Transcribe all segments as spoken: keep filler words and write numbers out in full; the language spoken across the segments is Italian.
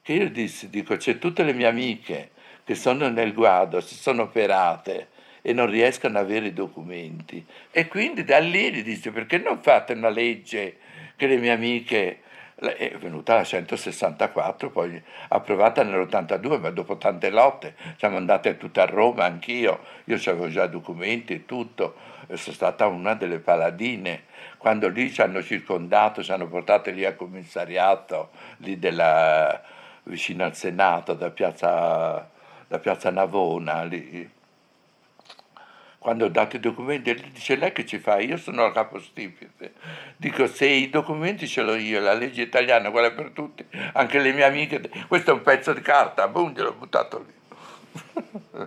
che io dissi, dico, c'è tutte le mie amiche che sono nel guado, si sono operate e non riescono ad avere i documenti. E quindi da lì gli dissi, perché non fate una legge che le mie amiche, è venuta la centosessantaquattro, poi approvata nell'ottantadue, ma dopo tante lotte siamo andate tutte a Roma, anch'io, io avevo già documenti e tutto, e sono stata una delle paladine. Quando lì ci hanno circondato, ci hanno portate lì al commissariato, lì della, vicino al Senato, da piazza, da piazza Navona, lì. Quando ho dato i documenti, dice lei che ci fa? Io sono la capostipite. Dico, se i documenti ce l'ho io, la legge italiana, quella per tutti, anche le mie amiche, questo è un pezzo di carta, boom, gliel'ho buttato lì.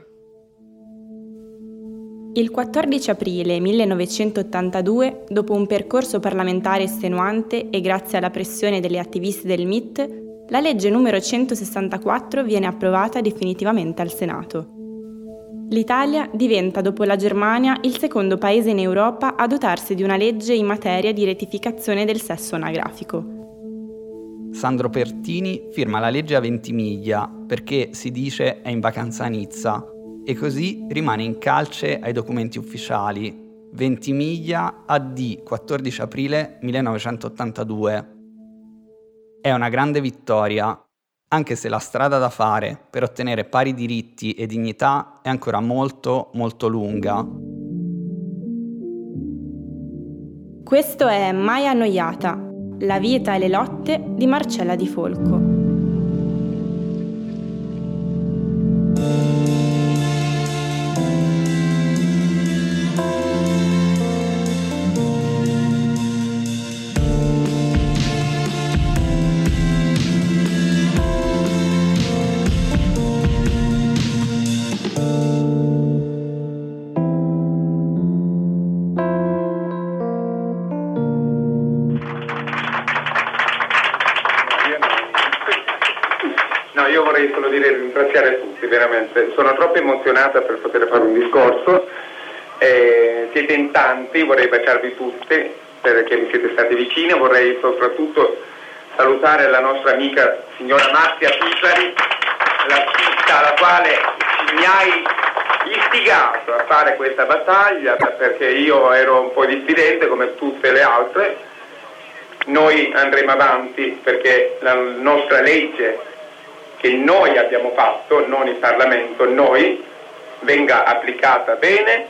Il quattordici aprile millenovecentottantadue, dopo un percorso parlamentare estenuante e grazie alla pressione delle attiviste del M I T, la legge numero centosessantaquattro viene approvata definitivamente al Senato. L'Italia diventa, dopo la Germania, il secondo paese in Europa a dotarsi di una legge in materia di rettificazione del sesso anagrafico. Sandro Pertini firma la legge a Ventimiglia perché, si dice, è in vacanza a Nizza e così rimane in calce ai documenti ufficiali. Ventimiglia A D, quattordici aprile millenovecentottantadue. È una grande vittoria, anche se la strada da fare per ottenere pari diritti e dignità è ancora molto, molto lunga. Questo è Mai annoiata, la vita e le lotte di Marcella Di Folco. Io vorrei solo dire ringraziare tutti, veramente. Sono troppo emozionata per poter fare un discorso. Eh, siete in tanti, vorrei baciarvi tutti perché mi siete stati vicini. Vorrei soprattutto salutare la nostra amica signora Marzia Pislari, l'artista alla quale mi hai istigato a fare questa battaglia, perché io ero un po' diffidente come tutte le altre. Noi andremo avanti perché la nostra legge che noi abbiamo fatto, non il Parlamento, noi, venga applicata bene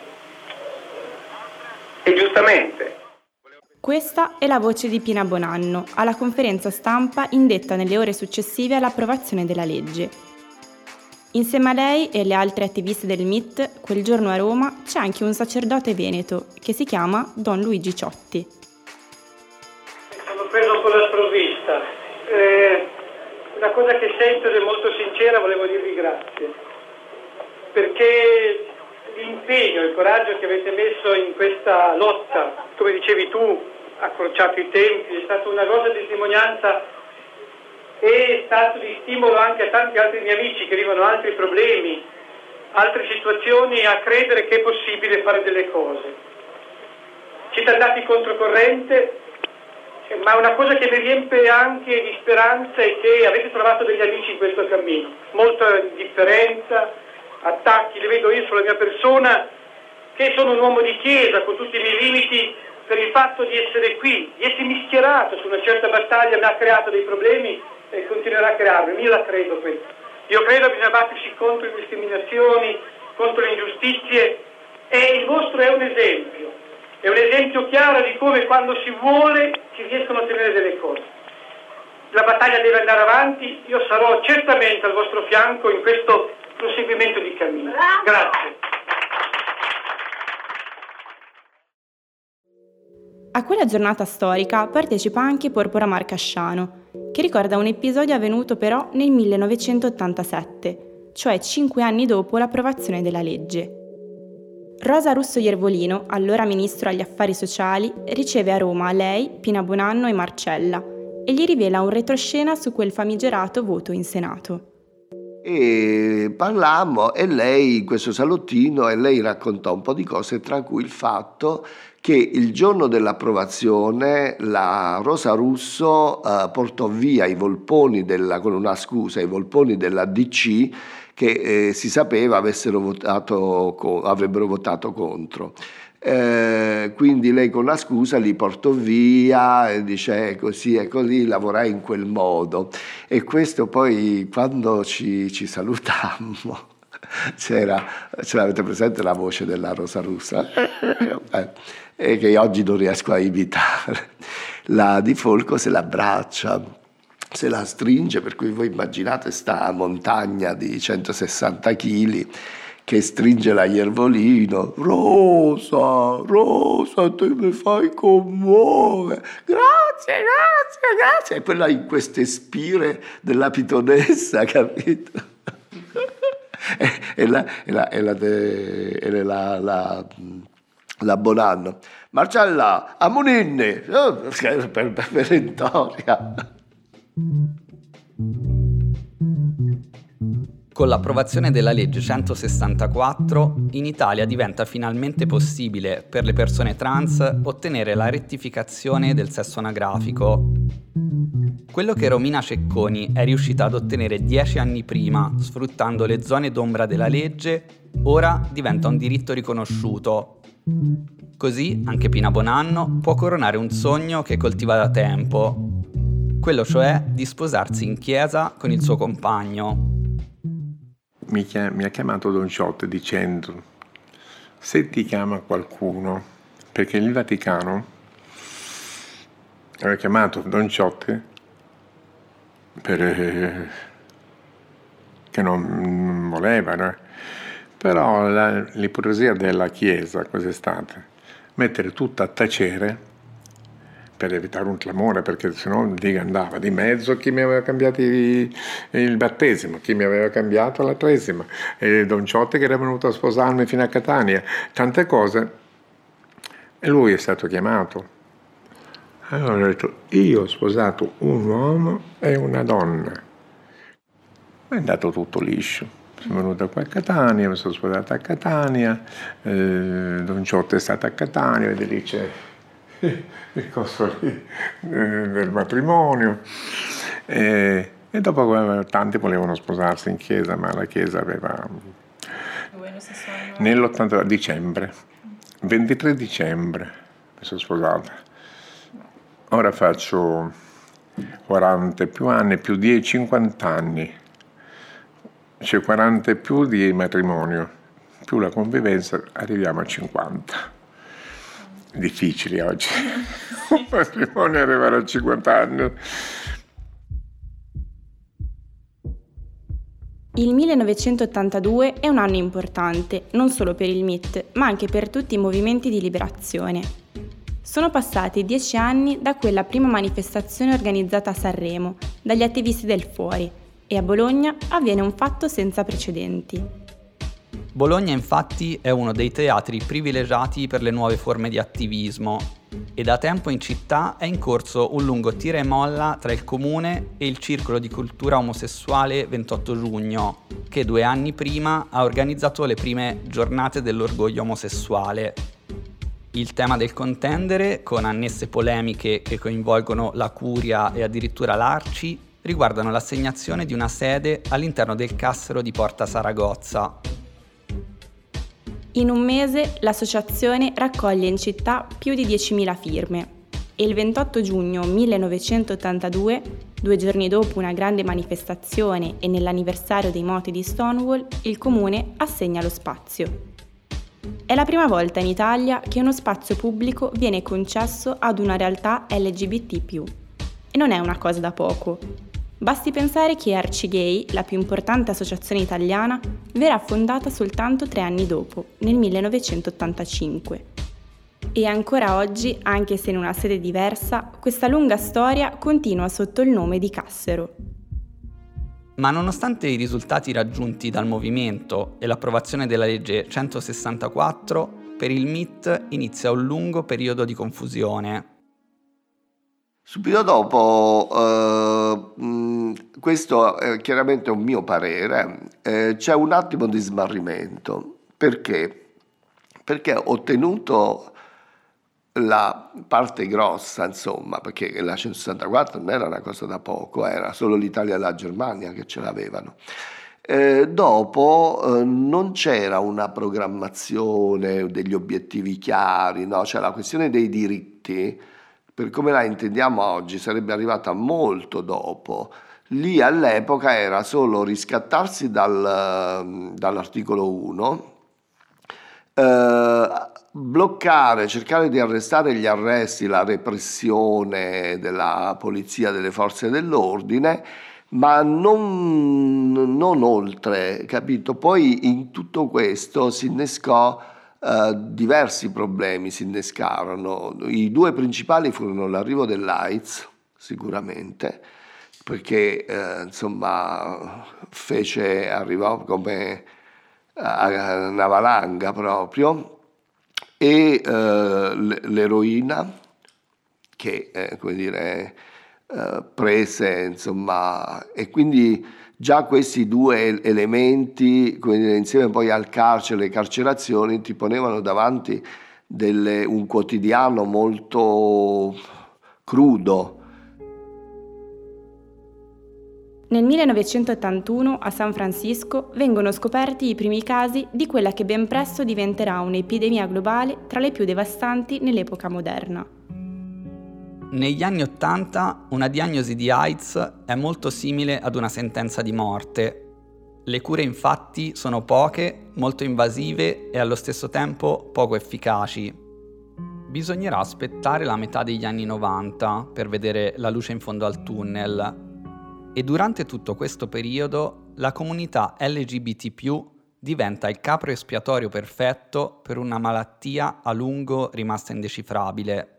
e giustamente. Questa è la voce di Pina Bonanno alla conferenza stampa indetta nelle ore successive all'approvazione della legge. Insieme a lei e alle altre attiviste del M I T, quel giorno a Roma c'è anche un sacerdote veneto che si chiama Don Luigi Ciotti. Sono preso con la sprovvista. Eh... Una cosa che sento ed è molto sincera, volevo dirvi grazie, perché l'impegno, il coraggio che avete messo in questa lotta, come dicevi tu, accorciato i tempi, è stata una grossa testimonianza e è stato di stimolo anche a tanti altri miei amici che vivono altri problemi, altre situazioni, a credere che è possibile fare delle cose. Siete andati controcorrente, ma una cosa che mi riempie anche di speranza è che avete trovato degli amici in questo cammino. Molta indifferenza, attacchi, li vedo io sulla mia persona, che sono un uomo di chiesa con tutti i miei limiti, per il fatto di essere qui, di essermi schierato su una certa battaglia, mi ha creato dei problemi e continuerà a crearmi. Io la credo questo. Io credo che bisogna battersi contro le discriminazioni, contro le ingiustizie, e il vostro è un esempio. È un esempio chiaro di come quando si vuole si riescono a ottenere delle cose. La battaglia deve andare avanti, io sarò certamente al vostro fianco in questo proseguimento di cammino. Grazie. A quella giornata storica partecipa anche Porpora Marcasciano, che ricorda un episodio avvenuto però nel millenovecentottantasette, cioè cinque anni dopo l'approvazione della legge. Rosa Russo Iervolino, allora ministro agli affari sociali, riceve a Roma lei, Pina Bonanno e Marcella e gli rivela un retroscena su quel famigerato voto in Senato. E parlammo e lei, in questo salottino, e lei raccontò un po' di cose, tra cui il fatto che il giorno dell'approvazione la Rosa Russo eh, portò via i volponi della, con una scusa, i volponi della D C che eh, si sapeva avessero votato, co- avrebbero votato contro. Eh, quindi lei con la scusa li portò via e dice così e così, lavorai in quel modo. E questo poi quando ci, ci salutammo c'era, ce l'avete presente la voce della Rosa Russa? Eh, e che oggi non riesco a imitare. La Di Folco se l'abbraccia, se la stringe, per cui voi immaginate sta montagna di centosessanta chili che stringe la Iervolino. Rosa, Rosa, te mi fai commuovere, grazie, grazie, grazie. E quella in queste spire della pitonessa, capito? e, e la, e la, e la, de, e la, la, la Bonanno. Marcella, a Muninni, oh, per, per, per perentoria. Con l'approvazione della legge centosessantaquattro, in Italia diventa finalmente possibile per le persone trans ottenere la rettificazione del sesso anagrafico. Quello che Romina Cecconi è riuscita ad ottenere dieci anni prima, sfruttando le zone d'ombra della legge, ora diventa un diritto riconosciuto. Così anche Pina Bonanno può coronare un sogno che coltiva da tempo, quello cioè di sposarsi in chiesa con il suo compagno. Mi, chiam- mi ha chiamato Don Ciotte dicendo: se ti chiama qualcuno, perché il Vaticano aveva chiamato Don Ciotte per, eh, che non, non voleva, no? Però la, l'ipocrisia della Chiesa cos'è stata? Mettere tutto a tacere per evitare un clamore, perché sennò dica andava di mezzo chi mi aveva cambiato il, il battesimo, chi mi aveva cambiato la tresima, e Don Ciotte che era venuto a sposarmi fino a Catania, tante cose. E lui è stato chiamato. Allora ho detto: io ho sposato un uomo e una donna. È andato tutto liscio. Sono venuta qua a Catania, mi sono sposata a Catania, eh, Don Ciotte è stato a Catania, e lì c'è il costo lì, eh, del matrimonio. E, e dopo tanti volevano sposarsi in chiesa, ma la chiesa aveva... Nell'ottanta dicembre, ventitré dicembre mi sono sposata. Ora faccio quaranta più anni, più dieci, cinquanta anni. C'è quaranta più di matrimonio, più la convivenza, arriviamo a cinquanta. Difficili oggi. Un matrimonio arrivare a cinquanta anni. Il millenovecentottantadue è un anno importante, non solo per il M I T, ma anche per tutti i movimenti di liberazione. Sono passati dieci anni da quella prima manifestazione organizzata a Sanremo dagli attivisti del Fuori, e a Bologna avviene un fatto senza precedenti. Bologna infatti è uno dei teatri privilegiati per le nuove forme di attivismo e da tempo in città è in corso un lungo tira e molla tra il comune e il circolo di cultura omosessuale ventotto giugno, che due anni prima ha organizzato le prime giornate dell'orgoglio omosessuale. Il tema del contendere, con annesse polemiche che coinvolgono la Curia e addirittura l'Arci, riguardano l'assegnazione di una sede all'interno del cassero di Porta Saragozza. In un mese l'associazione raccoglie in città più di diecimila firme e il ventotto giugno millenovecentottantadue, due giorni dopo una grande manifestazione e nell'anniversario dei moti di Stonewall, il comune assegna lo spazio. È la prima volta in Italia che uno spazio pubblico viene concesso ad una realtà L G B T più. E non è una cosa da poco. Basti pensare che Arcigay, la più importante associazione italiana, verrà fondata soltanto tre anni dopo, nel millenovecentottantacinque. E ancora oggi, anche se in una sede diversa, questa lunga storia continua sotto il nome di Cassero. Ma nonostante i risultati raggiunti dal movimento e l'approvazione della legge centosessantaquattro, per il M I T inizia un lungo periodo di confusione. Subito dopo, eh, mh, questo è chiaramente un mio parere, eh, c'è un attimo di smarrimento. Perché? Perché ho tenuto la parte grossa, insomma, perché la centosessantaquattro non era una cosa da poco, era solo l'Italia e la Germania che ce l'avevano. Eh, dopo eh, non c'era una programmazione, degli obiettivi chiari, no? Cioè la questione dei diritti, per come la intendiamo oggi, sarebbe arrivata molto dopo. Lì all'epoca era solo riscattarsi dal, dall'articolo uno, eh, bloccare, cercare di arrestare gli arresti, la repressione della polizia, delle forze dell'ordine, ma non, non oltre, capito? Poi in tutto questo si innescò Uh, diversi problemi, si innescarono. I due principali furono l'arrivo dell'AIDS, sicuramente, perché uh, insomma fece, arrivò come uh, una valanga proprio, e uh, l'eroina che eh, come dire uh, prese, insomma, e quindi già questi due elementi, come dire, insieme poi al carcere, le carcerazioni, ti ponevano davanti delle, un quotidiano molto crudo. Nel millenovecentottantuno a San Francisco vengono scoperti i primi casi di quella che ben presto diventerà un'epidemia globale tra le più devastanti nell'epoca moderna. Negli anni Ottanta una diagnosi di AIDS è molto simile ad una sentenza di morte. Le cure infatti sono poche, molto invasive e allo stesso tempo poco efficaci. Bisognerà aspettare la metà degli anni novanta per vedere la luce in fondo al tunnel. E durante tutto questo periodo la comunità L G B T più diventa il capro espiatorio perfetto per una malattia a lungo rimasta indecifrabile.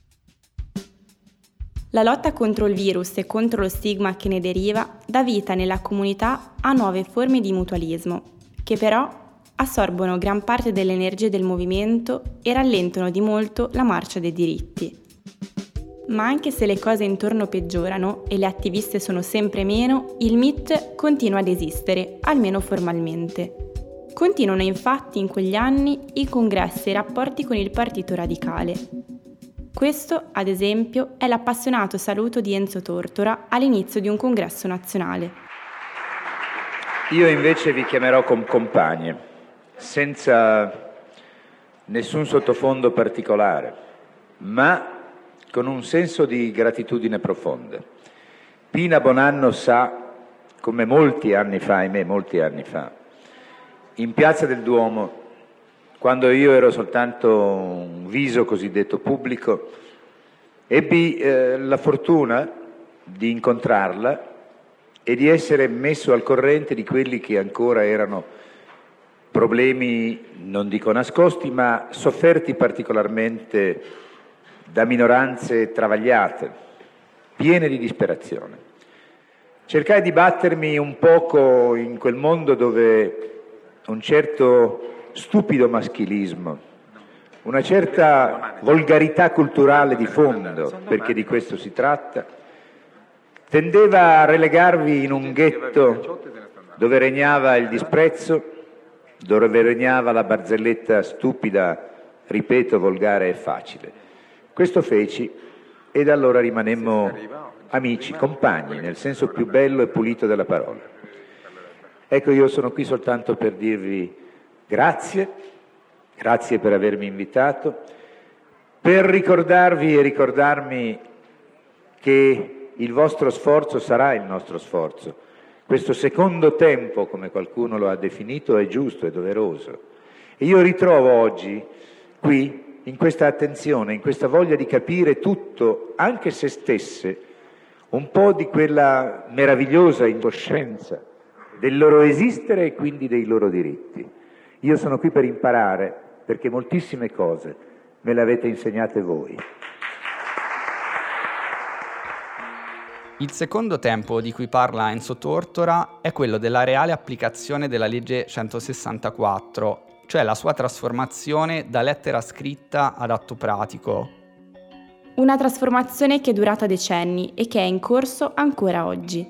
La lotta contro il virus e contro lo stigma che ne deriva dà vita nella comunità a nuove forme di mutualismo, che però assorbono gran parte delle energie del movimento e rallentano di molto la marcia dei diritti. Ma anche se le cose intorno peggiorano e le attiviste sono sempre meno, il M I T continua ad esistere, almeno formalmente. Continuano infatti in quegli anni i congressi e i rapporti con il Partito Radicale. Questo, ad esempio, è l'appassionato saluto di Enzo Tortora all'inizio di un congresso nazionale. Io invece vi chiamerò com- compagni, senza nessun sottofondo particolare, ma con un senso di gratitudine profonda. Pina Bonanno sa, come molti anni fa, ahimè, molti anni fa, in Piazza del Duomo, quando io ero soltanto un viso cosiddetto pubblico, ebbi eh, la fortuna di incontrarla e di essere messo al corrente di quelli che ancora erano problemi, non dico nascosti, ma sofferti particolarmente da minoranze travagliate, piene di disperazione. Cercai di battermi un poco in quel mondo dove un certo stupido maschilismo, una certa volgarità culturale di fondo, perché di questo si tratta, tendeva a relegarvi in un ghetto dove regnava il disprezzo, dove regnava la barzelletta stupida, ripeto, volgare e facile. Questo feci e da allora rimanemmo amici, compagni, nel senso più bello e pulito della parola. Ecco, io sono qui soltanto per dirvi grazie, grazie per avermi invitato, per ricordarvi e ricordarmi che il vostro sforzo sarà il nostro sforzo. Questo secondo tempo, come qualcuno lo ha definito, è giusto, è doveroso. E io ritrovo oggi, qui, in questa attenzione, in questa voglia di capire tutto, anche se stesse, un po' di quella meravigliosa incoscienza del loro esistere e quindi dei loro diritti. Io sono qui per imparare, perché moltissime cose me le avete insegnate voi. Il secondo tempo di cui parla Enzo Tortora è quello della reale applicazione della legge centosessantaquattro, cioè la sua trasformazione da lettera scritta ad atto pratico. Una trasformazione che è durata decenni e che è in corso ancora oggi.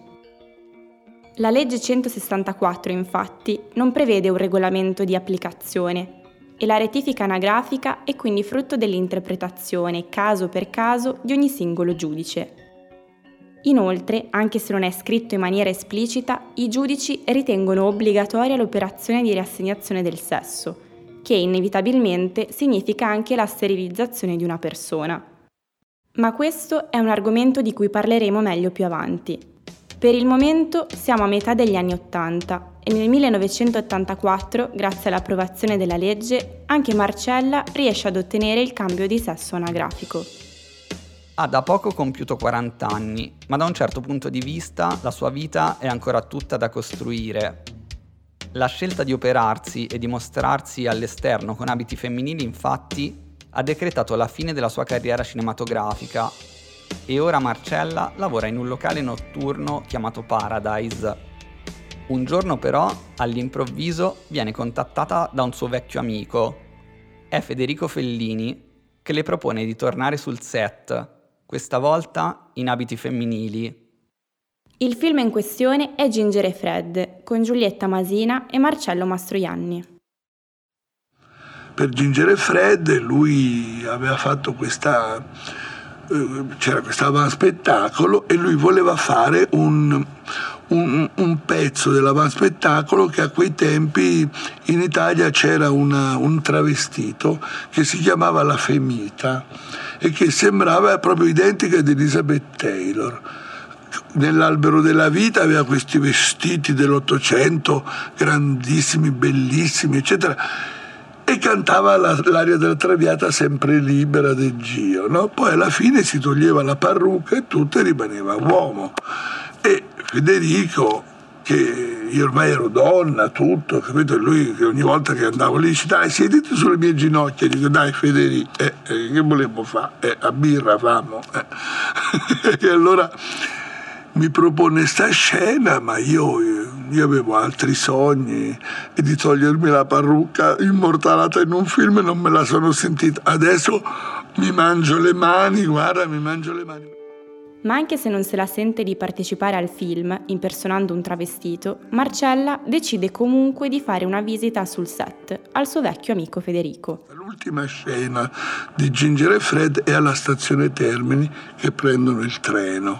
La legge centosessantaquattro, infatti, non prevede un regolamento di applicazione e la rettifica anagrafica è quindi frutto dell'interpretazione, caso per caso, di ogni singolo giudice. Inoltre, anche se non è scritto in maniera esplicita, i giudici ritengono obbligatoria l'operazione di riassegnazione del sesso, che inevitabilmente significa anche la sterilizzazione di una persona. Ma questo è un argomento di cui parleremo meglio più avanti. Per il momento siamo a metà degli anni Ottanta e nel millenovecentottantaquattro, grazie all'approvazione della legge, anche Marcella riesce ad ottenere il cambio di sesso anagrafico. Ha da poco compiuto quaranta anni, ma da un certo punto di vista la sua vita è ancora tutta da costruire. La scelta di operarsi e di mostrarsi all'esterno con abiti femminili, infatti, ha decretato la fine della sua carriera cinematografica e ora Marcella lavora in un locale notturno chiamato Paradise. Un giorno però, all'improvviso, viene contattata da un suo vecchio amico. È Federico Fellini, che le propone di tornare sul set, questa volta in abiti femminili. Il film in questione è Ginger e Fred, con Giulietta Masina e Marcello Mastroianni. Per Ginger e Fred lui aveva fatto questa, eh, c'era questo avanspettacolo e lui voleva fare un, un, un pezzo dell'avanspettacolo che a quei tempi in Italia c'era una, un travestito che si chiamava La Femita e che sembrava proprio identica ad Elizabeth Taylor. Nell'Albero della Vita aveva questi vestiti dell'Ottocento grandissimi, bellissimi, eccetera, e cantava la, l'aria della Traviata Sempre libera del Gio, no? Poi alla fine si toglieva la parrucca e tutto e rimaneva uomo. E Federico, che io ormai ero donna, tutto, capito? E lui che ogni volta che andavo lì dice dai siediti sulle mie ginocchia, dico dai Federico, eh, eh, che volevo fare? Eh, a birra famo. Eh. E allora mi propone sta scena, ma io, io avevo altri sogni e di togliermi la parrucca immortalata in un film non me la sono sentita. Adesso mi mangio le mani, guarda, mi mangio le mani. Ma anche se non se la sente di partecipare al film, impersonando un travestito, Marcella decide comunque di fare una visita sul set al suo vecchio amico Federico. L'ultima scena di Ginger e Fred è alla stazione Termini che prendono il treno.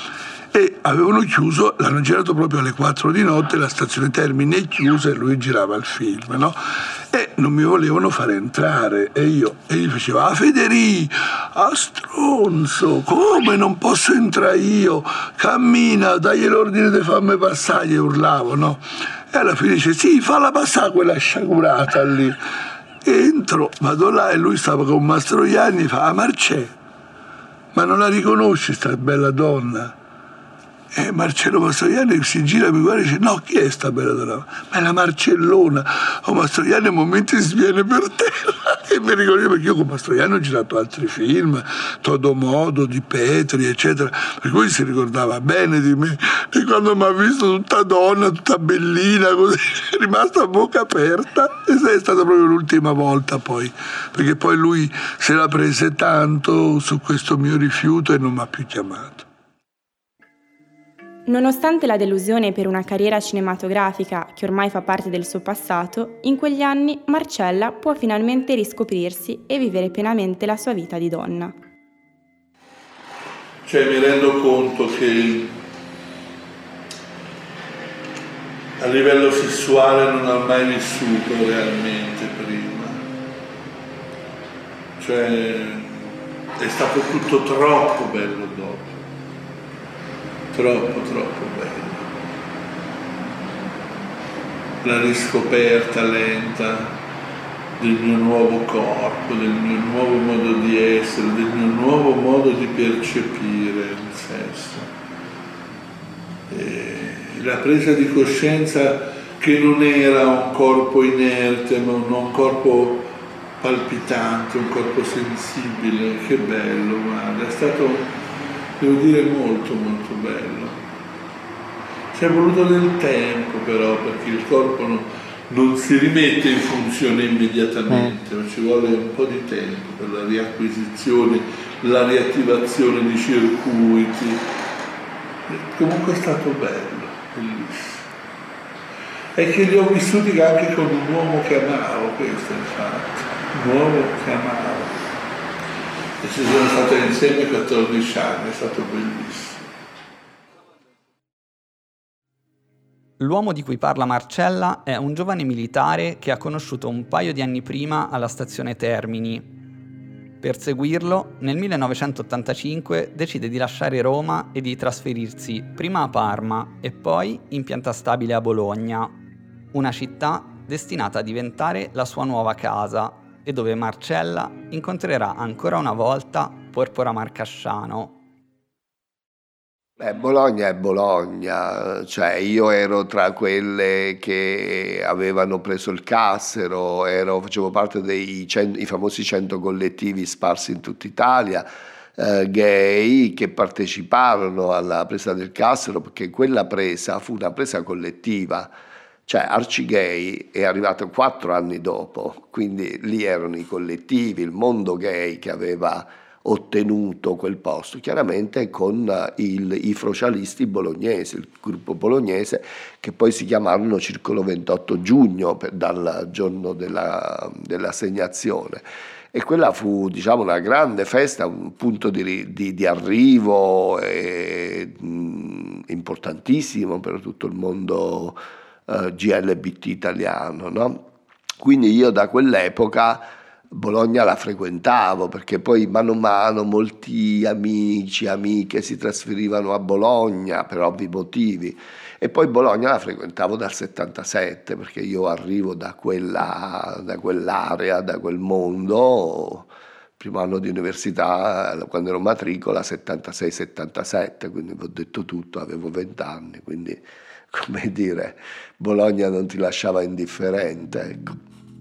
E avevano chiuso, l'hanno girato proprio alle quattro di notte, la stazione Termini è chiusa e lui girava il film, no? E non mi volevano fare entrare e io, e gli facevo, ah Federico, ah stronzo, come non posso entrare io? Cammina, dagli l'ordine di farmi passare, gli urlavo, no? E alla fine dice, sì, falla passare quella sciagurata lì. Entro, vado là e lui stava con Mastroianni e fa, ah Marcè, ma non la riconosci sta bella donna? E Marcello Mastroianni si gira e mi guarda e dice no, chi è sta bella donna? Ma è la Marcellona. Oh, Mastroianni a momenti sviene per terra e mi ricordo perché io con Mastroianni ho girato altri film, Todo Modo, Di Petri, eccetera, per cui si ricordava bene di me e quando mi ha visto tutta donna, tutta bellina così, è rimasta a bocca aperta e è stata proprio l'ultima volta poi, perché poi lui se la prese tanto su questo mio rifiuto e non mi ha più chiamato. Nonostante la delusione per una carriera cinematografica che ormai fa parte del suo passato, in quegli anni Marcella può finalmente riscoprirsi e vivere pienamente la sua vita di donna. Cioè mi rendo conto che a livello sessuale non ho mai vissuto realmente prima. Cioè è stato tutto troppo bello dopo. Troppo, troppo bello. La riscoperta lenta del mio nuovo corpo, del mio nuovo modo di essere, del mio nuovo modo di percepire il sesso. E la presa di coscienza che non era un corpo inerte, ma un corpo palpitante, un corpo sensibile. Che bello, guarda, è stato... devo dire molto molto bello. Ci è voluto del tempo però perché il corpo non, non si rimette in funzione immediatamente, ma ci vuole un po' di tempo per la riacquisizione, la riattivazione di circuiti. Comunque è stato bello, bellissimo. E che li ho vissuti anche con un uomo che amavo, questo infatti, un uomo che amavo. E ci sono stato insieme quattordici anni, è stato bellissimo. L'uomo di cui parla Marcella è un giovane militare che ha conosciuto un paio di anni prima alla stazione Termini. Per seguirlo, nel millenovecentottantacinque decide di lasciare Roma e di trasferirsi prima a Parma e poi in pianta stabile a Bologna, una città destinata a diventare la sua nuova casa e dove Marcella incontrerà ancora una volta Porpora Marcasciano. Eh, Bologna è Bologna, cioè io ero tra quelle che avevano preso il cassero, ero, facevo parte dei cento, i famosi cento collettivi sparsi in tutta Italia, eh, gay, che parteciparono alla presa del cassero, perché quella presa fu una presa collettiva, cioè Arcigay è arrivato quattro anni dopo, quindi lì erano i collettivi, il mondo gay che aveva ottenuto quel posto, chiaramente con il, i frocialisti bolognesi, il gruppo bolognese, che poi si chiamarono Circolo ventotto giugno per, dal giorno della, dell'assegnazione. E quella fu, diciamo, una grande festa, un punto di, di, di arrivo e, mh, importantissimo per tutto il mondo uh, G L B T italiano, no? Quindi io da quell'epoca Bologna la frequentavo, perché poi mano a mano molti amici, amiche si trasferivano a Bologna per ovvi motivi, e poi Bologna la frequentavo dal settantasette, perché io arrivo da quella, da quell'area, da quel mondo, primo anno di università, quando ero matricola, settantasei settantasette, quindi vi ho detto tutto, avevo venti anni, quindi, come dire, Bologna non ti lasciava indifferente, ecco.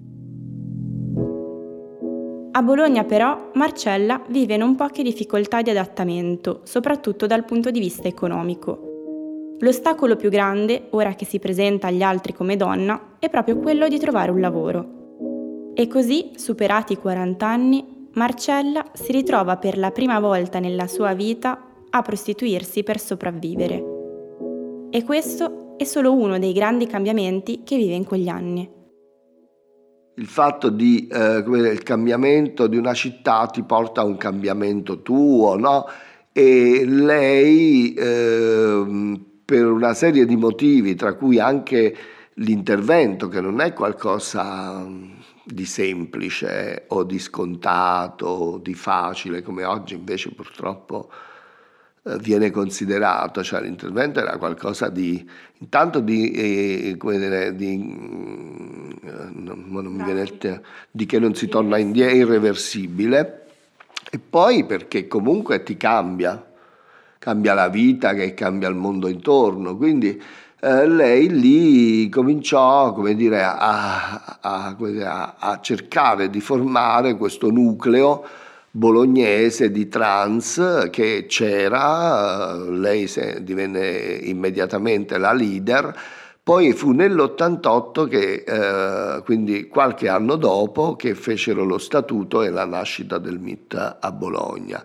A Bologna però Marcella vive non poche difficoltà di adattamento, soprattutto dal punto di vista economico. L'ostacolo più grande, ora che si presenta agli altri come donna, è proprio quello di trovare un lavoro. E così, superati i quaranta anni, Marcella si ritrova per la prima volta nella sua vita a prostituirsi per sopravvivere. E questo è solo uno dei grandi cambiamenti che vive in quegli anni. Il fatto di eh, come dire, il cambiamento di una città ti porta a un cambiamento tuo, no? E lei eh, per una serie di motivi, tra cui anche l'intervento, che non è qualcosa di semplice o di scontato o di facile, come oggi invece purtroppo eh, viene considerato, cioè l'intervento era qualcosa di intanto di, eh, come dire, di, non, non mi viene il te- di che non si torna indietro, irreversibile, e poi perché comunque ti cambia, cambia la vita, che cambia il mondo intorno, quindi eh, lei lì cominciò, come dire, a, a, a, a cercare di formare questo nucleo bolognese di trans che c'era, lei divenne immediatamente la leader, poi fu nell'ottantotto che, eh, quindi qualche anno dopo, che fecero lo statuto e la nascita del M I T a Bologna.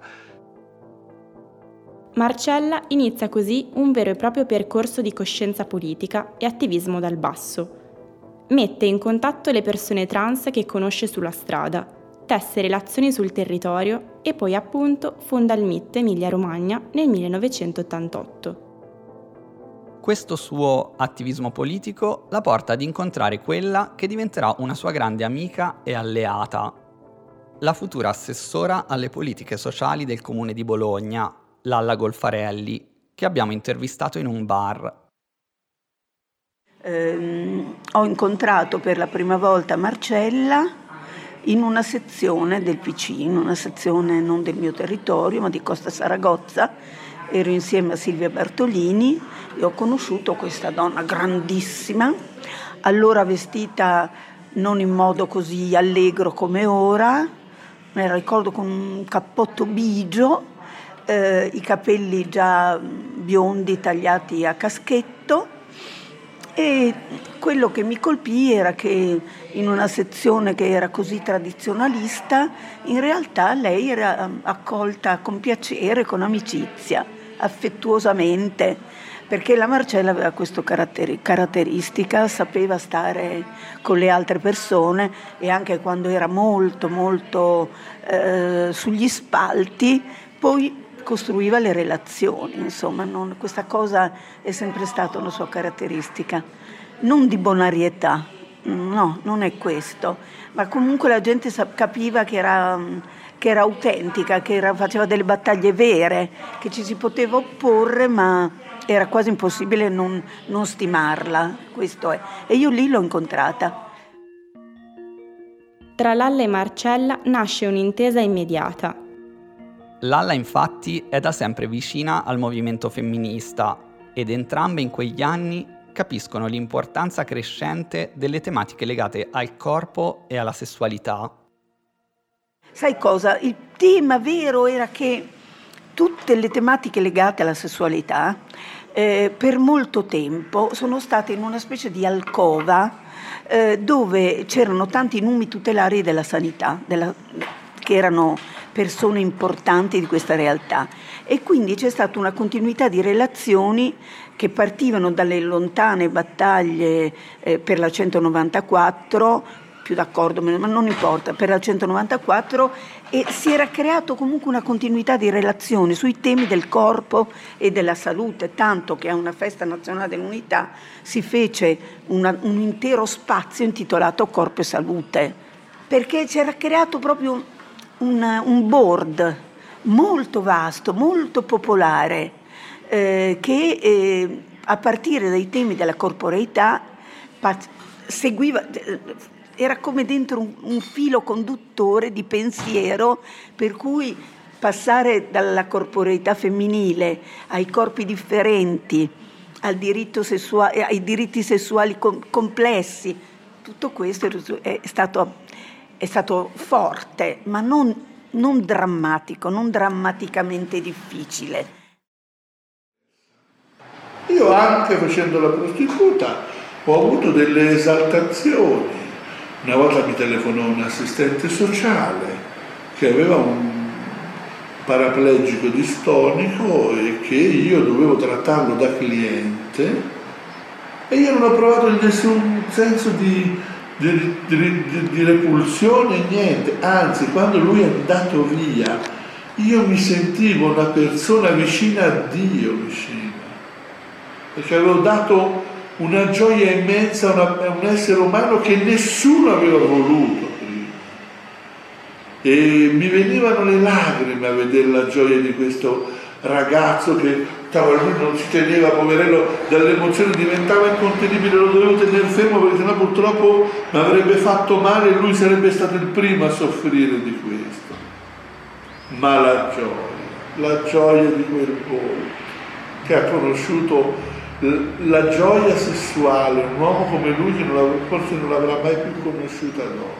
Marcella inizia così un vero e proprio percorso di coscienza politica e attivismo dal basso. Mette in contatto le persone trans che conosce sulla strada, tesse relazioni sul territorio e poi appunto fonda il M I T Emilia-Romagna nel millenovecentottantotto. Questo suo attivismo politico la porta ad incontrare quella che diventerà una sua grande amica e alleata, la futura assessora alle politiche sociali del comune di Bologna, Lalla Golfarelli, che abbiamo intervistato in un bar. Eh, ho incontrato per la prima volta Marcella in una sezione del P C, in una sezione non del mio territorio, ma di Costa Saragozza. Ero insieme a Silvia Bartolini e ho conosciuto questa donna grandissima, allora vestita non in modo così allegro come ora, me la ricordo con un cappotto bigio, eh, i capelli già biondi tagliati a caschetto, E quello che mi colpì era che in una sezione che era così tradizionalista, in realtà lei era accolta con piacere, con amicizia, affettuosamente, perché la Marcella aveva questa caratteri- caratteristica, sapeva stare con le altre persone e anche quando era molto molto eh, sugli spalti, poi costruiva le relazioni, insomma, non, questa cosa è sempre stata una sua caratteristica, non di bonarietà, no, non è questo, ma comunque la gente sap- capiva che era, che era autentica, che era, faceva delle battaglie vere, che ci si poteva opporre, ma era quasi impossibile non, non stimarla, questo è. E io lì l'ho incontrata. Tra Lalla e Marcella nasce un'intesa immediata. Lalla infatti è da sempre vicina al movimento femminista ed entrambe in quegli anni capiscono l'importanza crescente delle tematiche legate al corpo e alla sessualità. Sai cosa? Il tema vero era che tutte le tematiche legate alla sessualità eh, per molto tempo sono state in una specie di alcova eh, dove c'erano tanti numi tutelari della sanità, della, che erano persone importanti di questa realtà, e quindi c'è stata una continuità di relazioni che partivano dalle lontane battaglie eh, per la centonovantaquattro, più d'accordo, ma non importa, per la centonovantaquattro, e si era creato comunque una continuità di relazioni sui temi del corpo e della salute, tanto che a una festa nazionale dell'unità si fece una, un intero spazio intitolato Corpo e Salute, perché c'era creato proprio Un, un board molto vasto, molto popolare, eh, che eh, a partire dai temi della corporeità seguiva, era come dentro un, un filo conduttore di pensiero, per cui passare dalla corporeità femminile ai corpi differenti, al diritto sessuale, ai diritti sessuali com- complessi, tutto questo è stato È stato forte, ma non, non drammatico, non drammaticamente difficile. Io anche facendo la prostituta ho avuto delle esaltazioni. Una volta mi telefonò un assistente sociale che aveva un paraplegico distonico e che io dovevo trattarlo da cliente, e io non ho provato nessun senso di Di, di, di, di repulsione, niente, anzi quando lui è andato via io mi sentivo una persona vicina a Dio, vicina, perché avevo dato una gioia immensa a un essere umano che nessuno aveva voluto prima, e mi venivano le lacrime a vedere la gioia di questo ragazzo che lui non si teneva, poverello, dalle emozioni diventava incontenibile, lo dovevo tenere fermo perché sennò purtroppo mi avrebbe fatto male e lui sarebbe stato il primo a soffrire di questo. Ma la gioia, la gioia di quel volto che ha conosciuto la gioia sessuale, un uomo come lui che non forse non l'avrà mai più conosciuta dopo.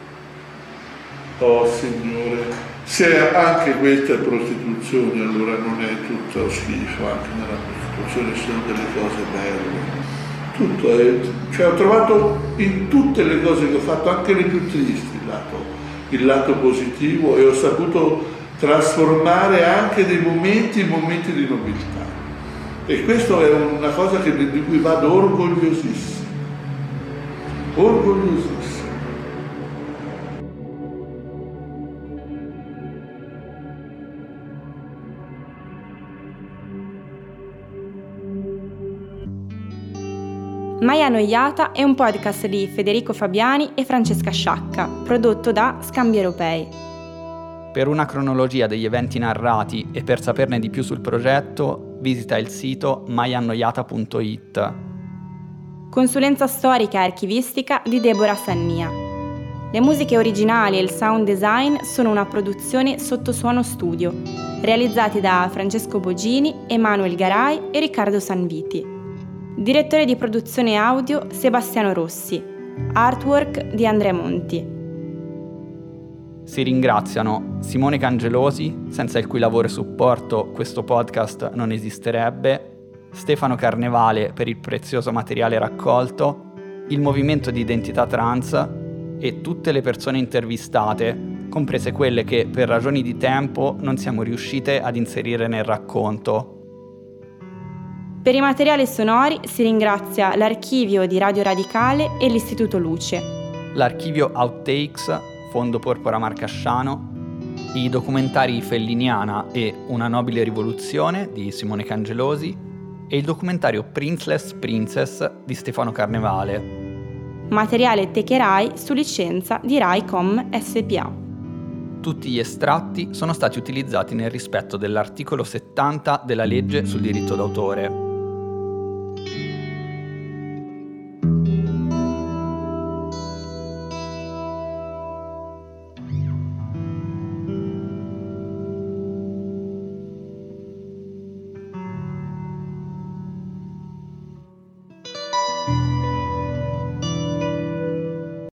Oh Signore, se anche questa è prostituzione, allora non è tutto schifo, anche nella prostituzione ci sono delle cose belle. Tutto è, cioè ho trovato in tutte le cose che ho fatto, anche le più tristi, il lato, il lato positivo, e ho saputo trasformare anche dei momenti in momenti di nobiltà. E questo è una cosa che, di cui vado orgogliosissimo, orgogliosissimo. Mai Annoiata è un podcast di Federico Fabiani e Francesca Sciacca, prodotto da Scambi Europei. Per una cronologia degli eventi narrati e per saperne di più sul progetto, visita il sito mai annoiata punto it. Consulenza storica e archivistica di Deborah Sannia. Le musiche originali e il sound design sono una produzione Sottosuono Studio, realizzati da Francesco Bogini, Emanuel Garai e Riccardo Sanviti. Direttore di produzione audio Sebastiano Rossi. Artwork di Andrea Monti. Si ringraziano Simone Cangelosi, senza il cui lavoro e supporto questo podcast non esisterebbe, Stefano Carnevale per il prezioso materiale raccolto, il movimento di identità trans e tutte le persone intervistate, comprese quelle che per ragioni di tempo non siamo riuscite ad inserire nel racconto. Per i materiali sonori si ringrazia l'archivio di Radio Radicale e l'Istituto Luce, l'archivio Outtakes, Fondo Porpora Marcasciano, i documentari Felliniana e Una nobile rivoluzione di Simone Cangelosi e il documentario Princeless Princess di Stefano Carnevale. Materiale Techerai su licenza di Raicom S p A. Tutti gli estratti sono stati utilizzati nel rispetto dell'articolo settanta della legge sul diritto d'autore.